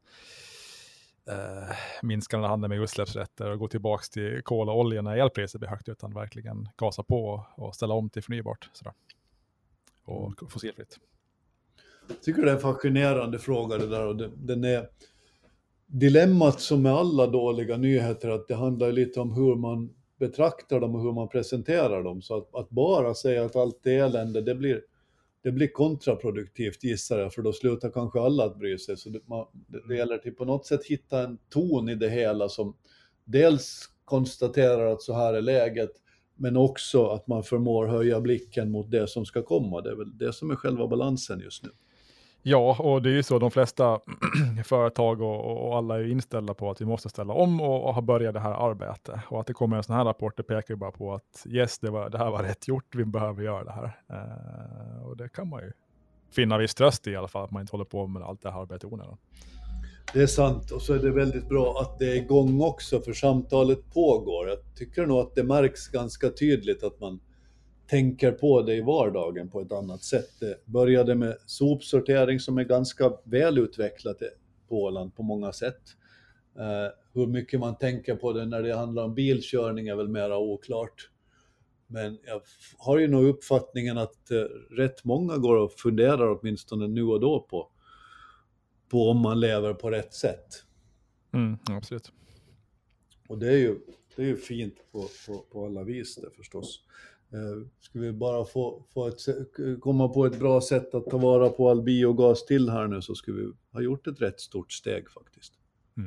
minska den här handeln med utsläppsrätter och gå tillbaka till kol och olja när elpriset blir högt, utan verkligen gasa på och ställa om till förnybart sådär. Och fossilfritt. Jag tycker det är en fascinerande fråga det där, och den är dilemmat som med alla dåliga nyheter, att det handlar lite om hur man betraktar dem och hur man presenterar dem. Så att bara säga att allt är elände, det blir kontraproduktivt, gissar jag, för då slutar kanske alla att bry sig. Så det gäller till på något sätt hitta en ton i det hela som dels konstaterar att så här är läget, men också att man förmår höja blicken mot det som ska komma. Det är väl det som är själva balansen just nu. Ja, och det är ju så de flesta företag och alla är inställda på att vi måste ställa om och ha börjat det här arbetet. Och att det kommer en sån här rapport, det pekar ju bara på att yes, det här var rätt gjort, vi behöver göra det här. Och det kan man ju finna viss tröst i alla fall, att man inte håller på med allt det här arbetet i onödan. Det är sant, och så är det väldigt bra att det är igång också, för samtalet pågår. Jag tycker nog att det märks ganska tydligt att man tänker på det i vardagen på ett annat sätt. Det började med sopsortering som är ganska välutvecklat på Åland på många sätt. Hur mycket man tänker på det när det handlar om bilkörning är väl mera oklart. Men jag har ju nog uppfattningen att rätt många går och funderar åtminstone nu och då på om man lever på rätt sätt. Absolut. Och det är ju fint på alla vis det förstås. Ska vi bara komma på ett bra sätt att ta vara på all biogas till här nu, så ska vi ha gjort ett rätt stort steg faktiskt.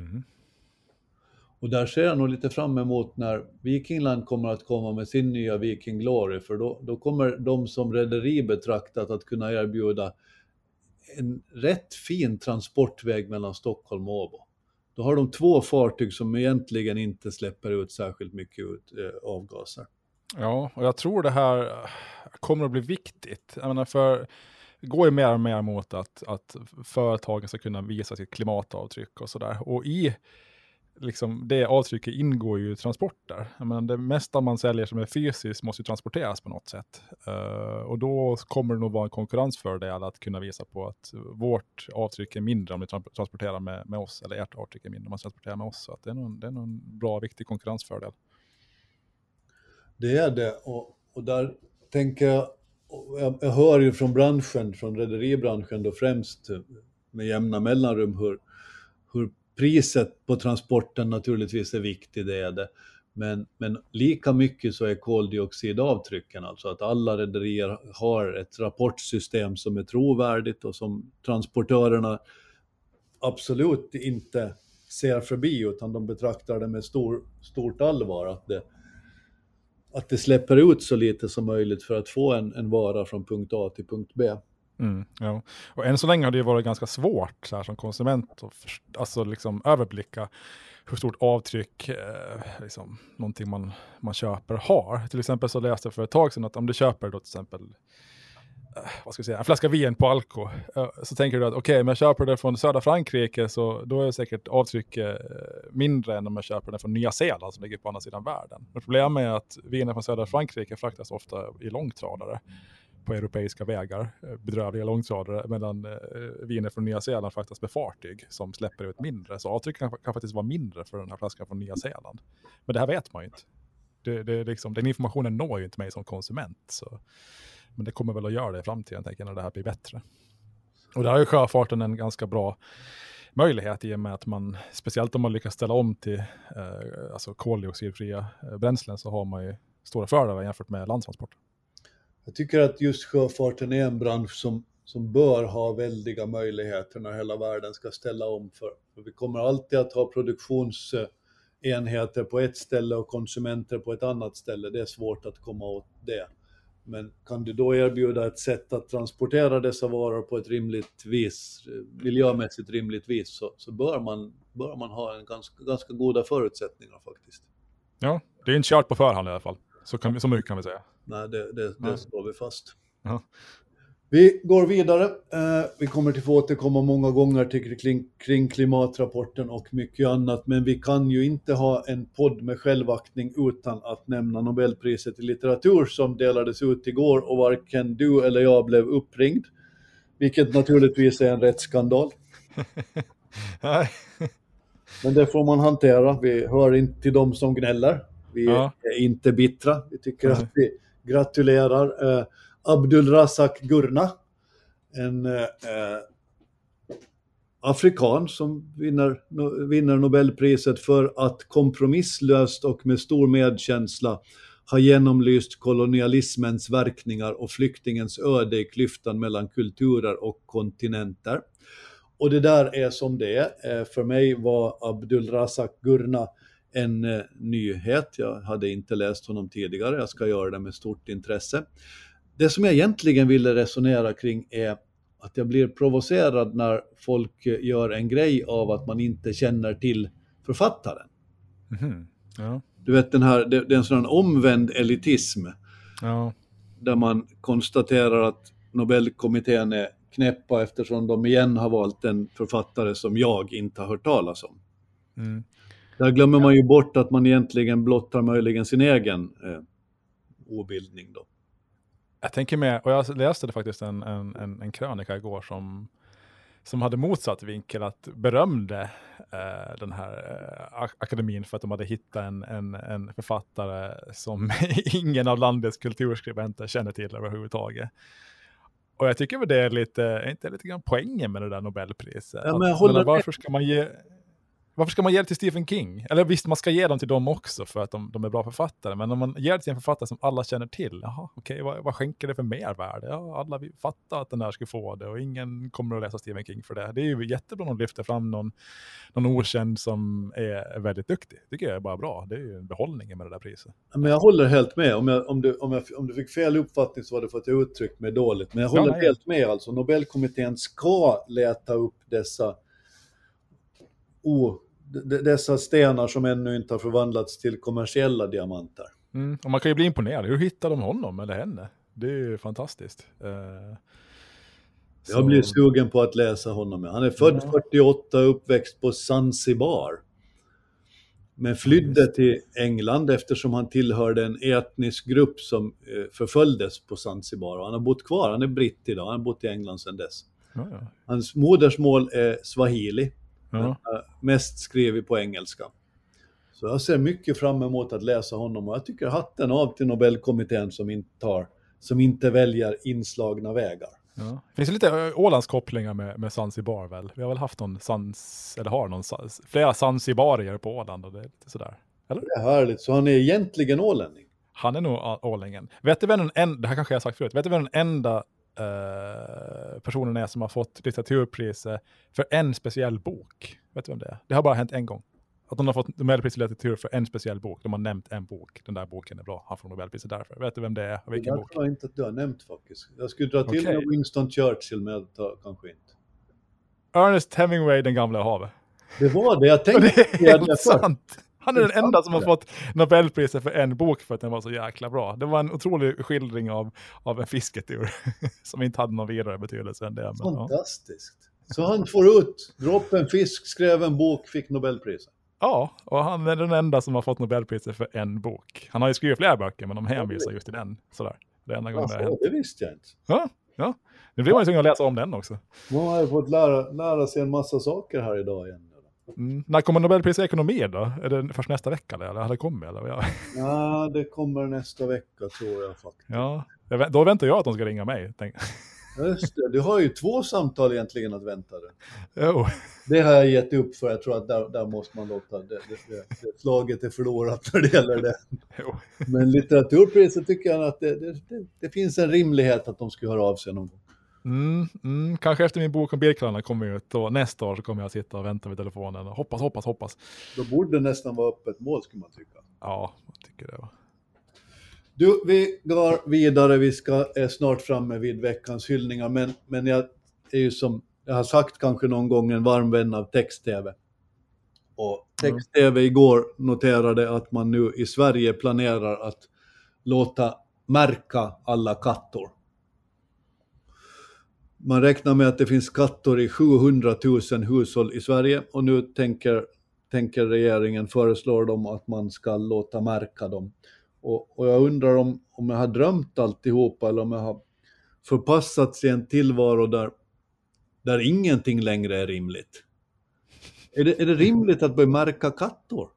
Och där ser jag nog lite fram emot när Vikingland kommer att komma med sin nya Viking Glory, för då kommer de som rederi betraktat att kunna erbjuda en rätt fin transportväg mellan Stockholm och Åbo. Då har de 2 fartyg som egentligen inte släpper ut särskilt mycket avgaser. Ja, och jag tror det här kommer att bli viktigt. Jag menar, för det går ju mer och mer mot att företagen ska kunna visa sitt klimatavtryck och sådär. Och i liksom, det avtrycket ingår ju transporter. Jag menar, det mesta man säljer som är fysiskt måste ju transporteras på något sätt. Och då kommer det nog vara en konkurrensfördel att kunna visa på att vårt avtryck är mindre om vi transporterar med oss, eller ert avtryck är mindre om man transporterar med oss. Så att det är nog en bra, viktig konkurrensfördel. Det är det, och där tänker jag hör ju från branschen, från rederibranschen då främst med jämna mellanrum hur priset på transporten naturligtvis är viktigt, det är det. Men lika mycket så är koldioxidavtrycken, alltså att alla rederier har ett rapportsystem som är trovärdigt och som transportörerna absolut inte ser förbi, utan de betraktar det med stort allvar, att det släpper ut så lite som möjligt för att få en vara från punkt A till punkt B. Ja. Och än så länge har det varit ganska svårt så här, som konsument att alltså, liksom, överblicka hur stort avtryck liksom, någonting man köper har. Till exempel så läste jag för ett tag sedan att om du köper då till exempel en flaska vin på Alko, så tänker du att okej, men jag köper det från södra Frankrike, så då är säkert avtrycket mindre än om jag köper det från Nya Zeeland som ligger på andra sidan världen. Men problemet är att viner från södra Frankrike fraktas ofta i långtradare på europeiska vägar, bedrövliga långtradare, medan viner från Nya Zeeland fraktas med fartyg som släpper ut mindre. Så avtrycket kan faktiskt vara mindre för den här flaskan från Nya Zeeland. Men det här vet man ju inte. Liksom, den informationen når ju inte mig som konsument, så. Men det kommer väl att göra det i framtiden, tänker jag, när det här blir bättre. Och där har ju sjöfarten en ganska bra möjlighet i och med att man, speciellt om man lyckas ställa om till alltså koldioxidfria bränslen, så har man ju stora fördelar jämfört med landtransport. Jag tycker att just sjöfarten är en bransch som bör ha väldiga möjligheter när hela världen ska ställa om. För vi kommer alltid att ha produktionsenheter på ett ställe och konsumenter på ett annat ställe. Det är svårt att komma åt det. Men kan du då erbjuda ett sätt att transportera dessa varor på ett rimligt vis, miljömässigt rimligt vis, så bör man ha en ganska goda förutsättningar faktiskt. Ja, det är inte kört på förhand i alla fall. Så mycket kan vi säga. Nej, det står vi fast. Ja. Vi går vidare. Vi kommer till få återkomma många gånger kring klimatrapporten och mycket annat. Men vi kan ju inte ha en podd med självaktning utan att nämna Nobelpriset i litteratur som delades ut igår och varken du eller jag blev uppringd. Vilket naturligtvis är en rättsskandal. Nej. Men det får man hantera. Vi hör inte till dem som gnäller. Vi är inte bittra. Vi tycker att vi gratulerar Abdulrazak Gurna, en afrikan som vinner Nobelpriset för att kompromisslöst och med stor medkänsla ha genomlyst kolonialismens verkningar och flyktingens öde i klyftan mellan kulturer och kontinenter. Och det där är som det är. För mig var Abdulrazak Gurna en nyhet. Jag hade inte läst honom tidigare. Jag ska göra det med stort intresse. Det som jag egentligen ville resonera kring är att jag blir provocerad när folk gör en grej av att man inte känner till författaren. Mhm. Ja. Du vet, det är en sån omvänd elitism. Ja. Där man konstaterar att Nobelkommittén är knäppa eftersom de igen har valt en författare som jag inte har hört talas om. Mm. Där glömmer man ju bort att man egentligen blottar möjligen sin egen obildning då. Jag tänker med, och jag läste det faktiskt en krönika igår som hade motsatt vinkel, att berömde den här akademin för att de hade hittat en författare som ingen av landets kulturskribenter känner till överhuvudtaget. Och jag tycker väl det är lite grann poängen med det där Nobelpriset. Ja, men jag håller varför ska man ge det till Stephen King? Eller visst, man ska ge dem till dem också för att de är bra författare. Men om man ger det till en författare som alla känner till, vad skänker det för mervärde? Ja, alla vill fatta att den där ska få det och ingen kommer att läsa Stephen King för det. Det är ju jättebra om de lyfter fram någon okänd som är väldigt duktig. Det tycker jag är bara bra. Det är ju en behållning med det där priset. Men jag håller helt med. Om du fick fel uppfattning så var det för att jag uttryckt mig dåligt. Men jag håller helt med. Alltså, Nobelkommittén ska leta upp dessa stenar som ännu inte har förvandlats till kommersiella diamanter. Och man kan ju bli imponerad. Hur hittar de honom eller henne? Det är ju fantastiskt. Jag blir sugen på att läsa honom. Han är född 48, uppväxt på Zanzibar. Men flydde till England eftersom han tillhörde en etnisk grupp som förföljdes på Zanzibar. Och han har bott kvar, han är britt idag, han har bott i England sedan dess. Hans modersmål är swahili. Mest skrivit på engelska. Så jag ser mycket fram emot att läsa honom. Och jag tycker hatten av till Nobelkommittén som inte väljer inslagna vägar. Ja. Finns det lite Ålandskopplingar med Zanzibar väl? Vi har väl haft flera Zanzibarier på Åland och det är lite sådär. Eller? Det är härligt. Så han är egentligen ålänning? Han är nog ålängen. Vet du vem det här kanske jag har sagt förut. Vet du vem den enda personen är som har fått litteraturpriset för en speciell bok? Vet du vem det är? Det har bara hänt en gång. Att de har fått Nobelpriset i litteratur för en speciell bok. De har nämnt en bok. Den där boken är bra. Han får Nobelpriset därför. Vet du vem det är? Vilken bok? Det tror jag inte att du har nämnt faktiskt. Jag skulle dra till med Winston Churchill, men kanske inte. Ernest Hemingway, Den gamla havet. Det var det jag tänkte. Det är helt sant. Han är den enda som har fått Nobelpriset för en bok för att den var så jäkla bra. Det var en otrolig skildring av en fisketur som inte hade någon vidare betydelse än det. Men, fantastiskt. Så han får ut, dropp en fisk, skrev en bok, fick Nobelpriset. Ja, och han är den enda som har fått Nobelpriset för en bok. Han har ju skrivit flera böcker, men de hänvisar just till den. Sådär. Det är enda gången det har hänt. Det visste jag inte. Ja. Nu blir man ju tvungen att läsa om den också. Man har ju fått lära sig en massa saker här idag igen. När kommer Nobelpriset i ekonomi då? Är det först nästa vecka eller har det kommit? Eller? Ja, det kommer nästa vecka tror jag faktiskt. Ja, då väntar jag att de ska ringa mig. Just det, du har ju 2 samtal egentligen att vänta dig. Jo. Det har jag gett upp för, jag tror att där måste man låta det slaget är förlorat när det gäller det. Jo. Men litteraturpriset tycker jag att det finns en rimlighet att de ska höra av sig någon gång. Kanske efter min bok om Birkelandet kommer ut och nästa år så kommer jag sitta och vänta vid telefonen och hoppas. Då borde det nästan vara öppet mål skulle man tycka. Ja, jag tycker det. Du, vi går vidare, vi är snart framme vid veckans hyllningar, men jag är ju som jag har sagt kanske någon gång en varm vän av text-tv. Och text-tv igår noterade att man nu i Sverige planerar att låta märka alla kattor. Man räknar med att det finns katter i 700 000 hushåll i Sverige och nu tänker regeringen föreslår dem att man ska låta märka dem. Och jag undrar om jag har drömt alltihopa eller om jag har förpassats i en tillvaro där ingenting längre är rimligt. Är det rimligt att börja märka katter?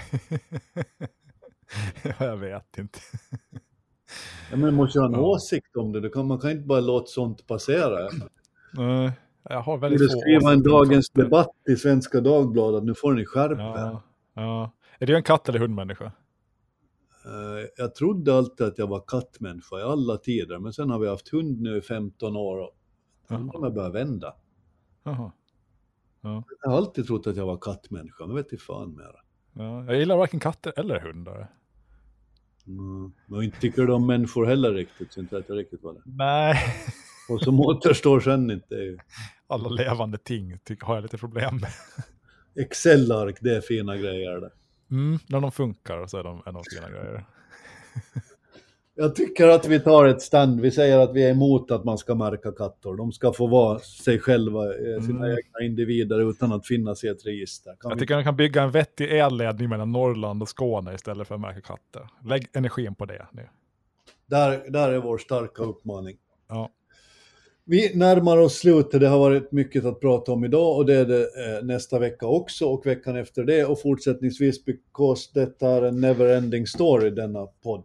Ja, jag vet inte. Ja, men man måste ju ha en åsikt om det. Man kan inte bara låta sånt passera. Jag har väldigt få skriva en dagens debatt i Svenska Dagbladet. Nu får ni skärpa. Ja. Är du en katt- eller hundmänniska? Jag trodde alltid att jag var kattmänniska i alla tider. Men sen har vi haft hund nu i 15 år. Och jag börjar vända. Ja. Jag har alltid trott att jag var kattmänniska. Men vet inte fan mera. Ja, jag gillar varken katter eller hundar. Men inte tycker de om människor heller riktigt, så inte vet jag riktigt vad det är. Nej, Och som återstår sen inte är ju alla levande ting har jag lite problem med. Excel-ark, det är fina grejer där. När de funkar så är de fina grejer. Jag tycker att vi tar ett stand. Vi säger att vi är emot att man ska märka katter. De ska få vara sig själva, sina egna individer utan att finnas i ett register. Jag tycker att man kan bygga en vettig elledning mellan Norrland och Skåne istället för att märka katter. Lägg energin på det nu. Där är vår starka uppmaning. Ja. Vi närmar oss slutet. Det har varit mycket att prata om idag och det är det nästa vecka också och veckan efter det och fortsättningsvis because detta är en never-ending story, denna podd.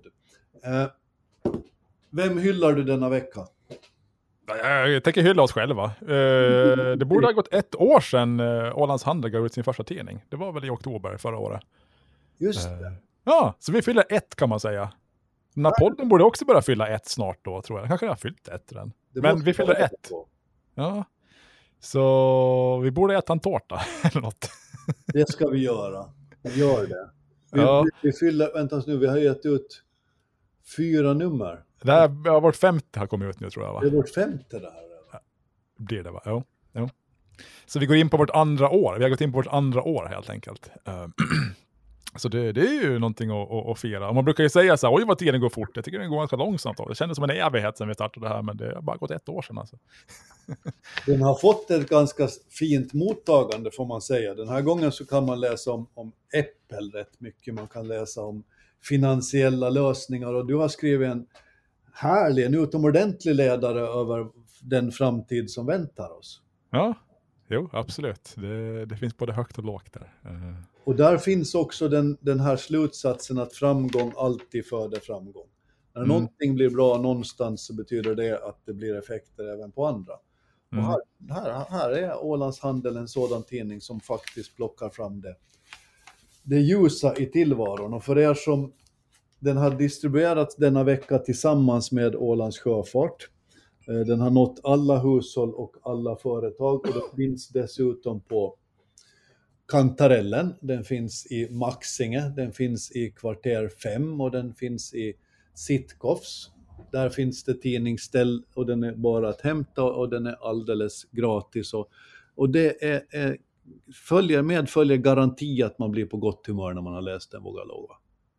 Vem hyllar du denna vecka? Jag tänker hylla oss själva. Det borde ha gått 1 år sedan Ålands Handel gav ut sin första tidning. Det var väl i oktober förra året. Just det. Ja, så vi fyller 1 kan man säga. Den här podden borde också börja fylla 1 snart då, tror jag. Kanske har fyllt 1 redan. Men vi fyller 1. Ja. Så vi borde äta en tårta eller något. Det ska vi göra. Vi gör det. Vi fyller, vänta nu, vi har gett ut 4 nummer. Det här, vårt 5:e har kommit ut nu tror jag va? Det är vårt 5:e det här. Blir det va? Jo. Så vi går in på vårt andra år. Vi har gått in på vårt andra år helt enkelt. Så det är ju någonting att fira. Och man brukar ju säga så här, oj vad tiden går fort. Jag tycker den går ganska långsamt. Det kändes som en evighet sedan vi startade det här, men det har bara gått 1 år sedan alltså. Den har fått ett ganska fint mottagande får man säga. Den här gången så kan man läsa om Apple rätt mycket. Man kan läsa om finansiella lösningar och du har skrivit en utomordentlig ledare över den framtid som väntar oss. Ja, jo absolut. Det finns både högt och lågt där. Och där finns också den här slutsatsen att framgång alltid föder framgång. När någonting blir bra någonstans så betyder det att det blir effekter även på andra. Och här är Ålands Handel en sådan tidning som faktiskt plockar fram det ljusa i tillvaron. Och för er som den har distribuerats denna vecka tillsammans med Ålands Sjöfart. Den har nått alla hushåll och alla företag och det finns dessutom på Kantarellen, den finns i Maxinge, den finns i kvarter 5 och den finns i Sittkofs. Där finns det tidningsställ och den är bara att hämta och den är alldeles gratis. Och det medföljer garanti att man blir på gott humör när man har läst den, vågar jag lova.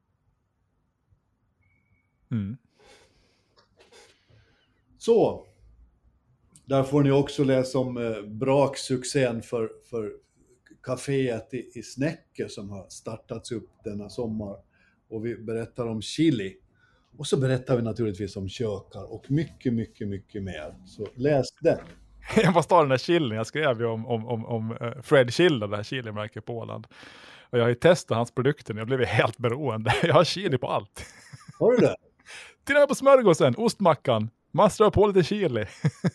Så, där får ni också läsa om braksuccén för kaféet i Snäcke som har startats upp denna sommar. Och vi berättar om chili. Och så berättar vi naturligtvis om kökar och mycket, mycket, mycket mer. Så läs den. Jag måste ha den där chilin. Jag skrev ju om Fred Chiller, det här chilimärket på Åland. Och jag har ju testat hans produkter. Jag blev helt beroende. Jag har chili på allt. Har du det? Titta på smörgåsen, ostmackan. Massor på lite chili.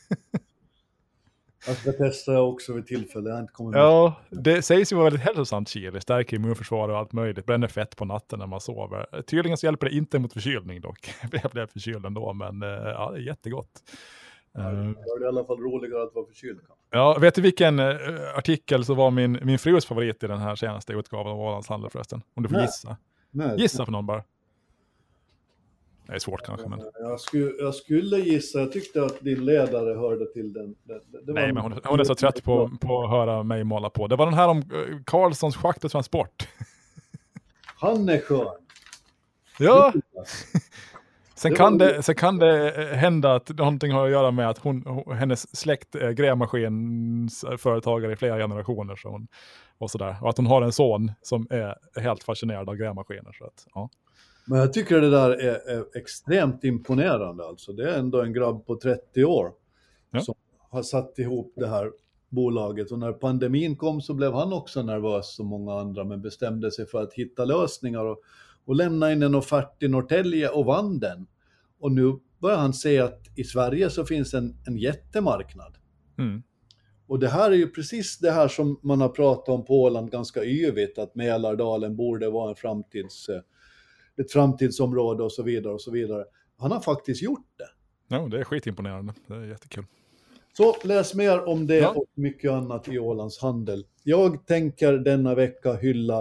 Jag ska testa också vid tillfälle. Jag har inte kommit med. Ja, det sägs ju vara väldigt hälsosamt chili. Stärker immunförsvar och allt möjligt. Bränner fett på natten när man sover. Tydligen så hjälper det inte mot förkylning dock. Jag blev förkyld ändå, men ja, det är jättegott. Det är i alla fall roligare att vara förkyld. Ja, vet du vilken artikel så var min frus favorit i den här senaste utgavan av Ålands Handel förresten? Om du får gissa. Nej. Gissa för någon bara. Det är svårt kanske, men... Jag skulle gissa. Jag tyckte att din ledare hörde till den. Nej, men hon är så trött på att höra mig måla på. Det var den här om Karlssons schakt och transport. Han är skön. Ja. Sen kan det hända att någonting har att göra med att hennes släkt är grävmaskins företagare i flera generationer. Och att hon har en son som är helt fascinerad av grävmaskiner. Så att, ja. Men jag tycker det där är extremt imponerande. Alltså. Det är ändå en grabb på 30 år som har satt ihop det här bolaget. Och när pandemin kom så blev han också nervös som många andra, men bestämde sig för att hitta lösningar och lämna in en offert i Norrtälje och vann den. Och nu börjar han se att i Sverige så finns en jättemarknad. Och det här är ju precis det här som man har pratat om på Åland ganska yvigt, att Mälardalen borde vara ett framtidsområde och så vidare och så vidare. Han har faktiskt gjort det. Ja, det är skitimponerande. Det är jättekul. Så läs mer om det och mycket annat i Ålands Handel. Jag tänker denna vecka hylla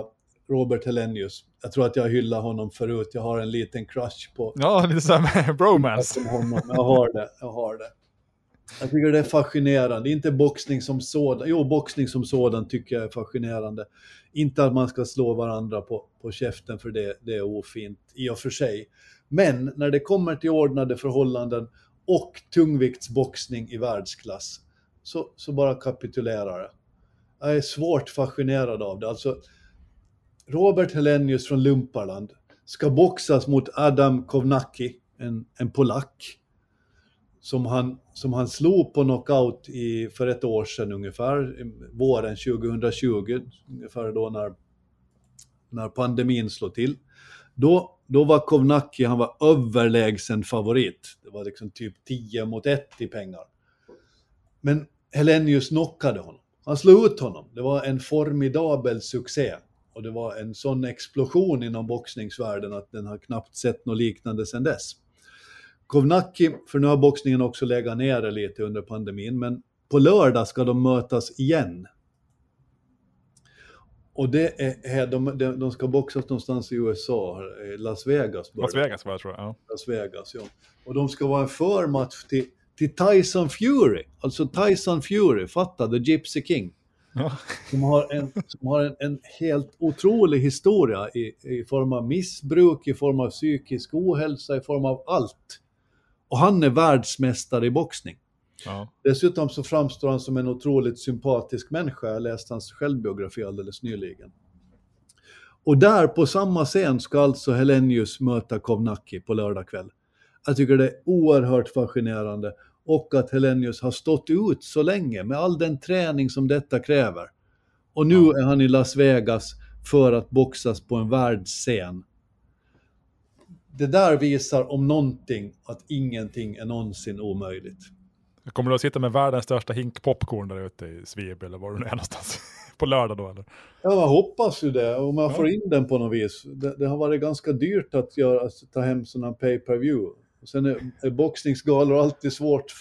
Robert Hellenius. Jag tror att jag hyllar honom förut. Jag har en liten crush på Ja, lite så här bromance. honom. Jag har det. Jag tycker det är fascinerande. Inte boxning som sådan. Jo, boxning som sådan tycker jag är fascinerande. Inte att man ska slå varandra på käften, för det är ofint i och för sig. Men när det kommer till ordnade förhållanden och tungviktsboxning i världsklass, så bara kapitulerar det. Jag är svårt fascinerad av det. Alltså, Robert Hellenius från Lumparland ska boxas mot Adam Kownacki, en polack, som han slog på knockout för ett år sedan ungefär, våren 2020, ungefär då när pandemin slog till. Då var Kownacki, han var överlägsen favorit. Det var liksom typ 10-1 i pengar. Men Hellenius knockade honom. Han slog ut honom. Det var en formidabel succé. Och det var en sån explosion inom boxningsvärlden att den har knappt sett något liknande sedan dess. Kownacki, för nu har boxningen också legat ner lite under pandemin, men på lördag ska de mötas igen. Och det är, de ska boxas någonstans i USA, Las Vegas. Las Vegas var jag tror jag. Ja. Las Vegas, ja. Och de ska vara en förmatch till Tyson Fury. Alltså Tyson Fury, fatta, The Gypsy King. Ja. Som har en helt otrolig historia i form av missbruk, i form av psykisk ohälsa, i form av allt. Och han är världsmästare i boxning. Ja. Dessutom så framstår han som en otroligt sympatisk människa. Jag läste hans självbiografi alldeles nyligen. Och där på samma scen ska alltså Hellenius möta Kownacki på lördag kväll. Jag tycker det är oerhört fascinerande. Och att Hellenius har stått ut så länge med all den träning som detta kräver. Och nu är han i Las Vegas för att boxas på en världsscen. Det där visar om någonting att ingenting är någonsin omöjligt. Kommer du att sitta med världens största hink popcorn där ute i Sveb eller var du är någonstans? På lördag då eller? Ja, jag hoppas ju det. Om jag får in den på något vis. Det har varit ganska dyrt att ta hem sådana pay-per-view. Och sen är boxningsgalor alltid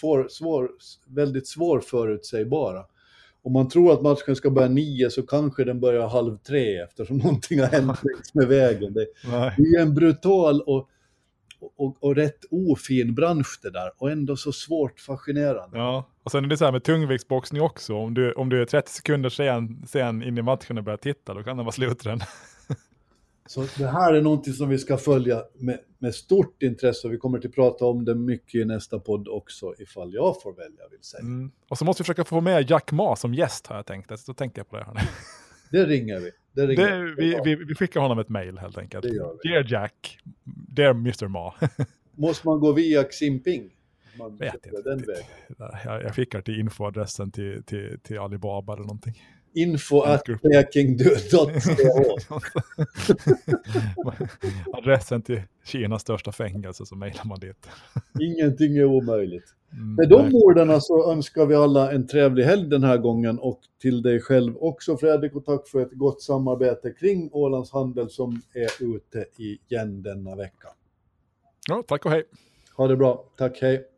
väldigt svår förutsägbara. Om man tror att matchen ska börja 9 så kanske den börjar 2:30 eftersom någonting har hänt med vägen. Det är en brutal och rätt ofin bransch det där. Och ändå så svårt fascinerande. Ja, och sen är det så här med tungviktsboxning också. Om du är 30 sekunder sen in i matchen och börjar titta, då kan det vara slut den. Så det här är någonting som vi ska följa med stort intresse. Och vi kommer att prata om det mycket i nästa podd också, ifall jag får välja, vill säga. Och så måste vi försöka få med Jack Ma som gäst, har jag tänkt. Så tänkte jag på det här. Det ringer vi. Vi skickar honom ett mejl helt enkelt. Det gör vi. Dear Jack, dear Mr. Ma. Måste man gå via Xi Jinping? Man vet inte. Den vägen. Jag skickar till infoadressen till Alibaba eller någonting. info@pekingdu.ch Adressen till Kinas största fängelse, så mejlar man dit. Ingenting är omöjligt. Med de orden så önskar vi alla en trevlig helg den här gången, och till dig själv också, Fredrik, och tack för ett gott samarbete kring Ålands Handel som är ute igen denna vecka. Ja, tack och hej. Ha det bra. Tack, hej.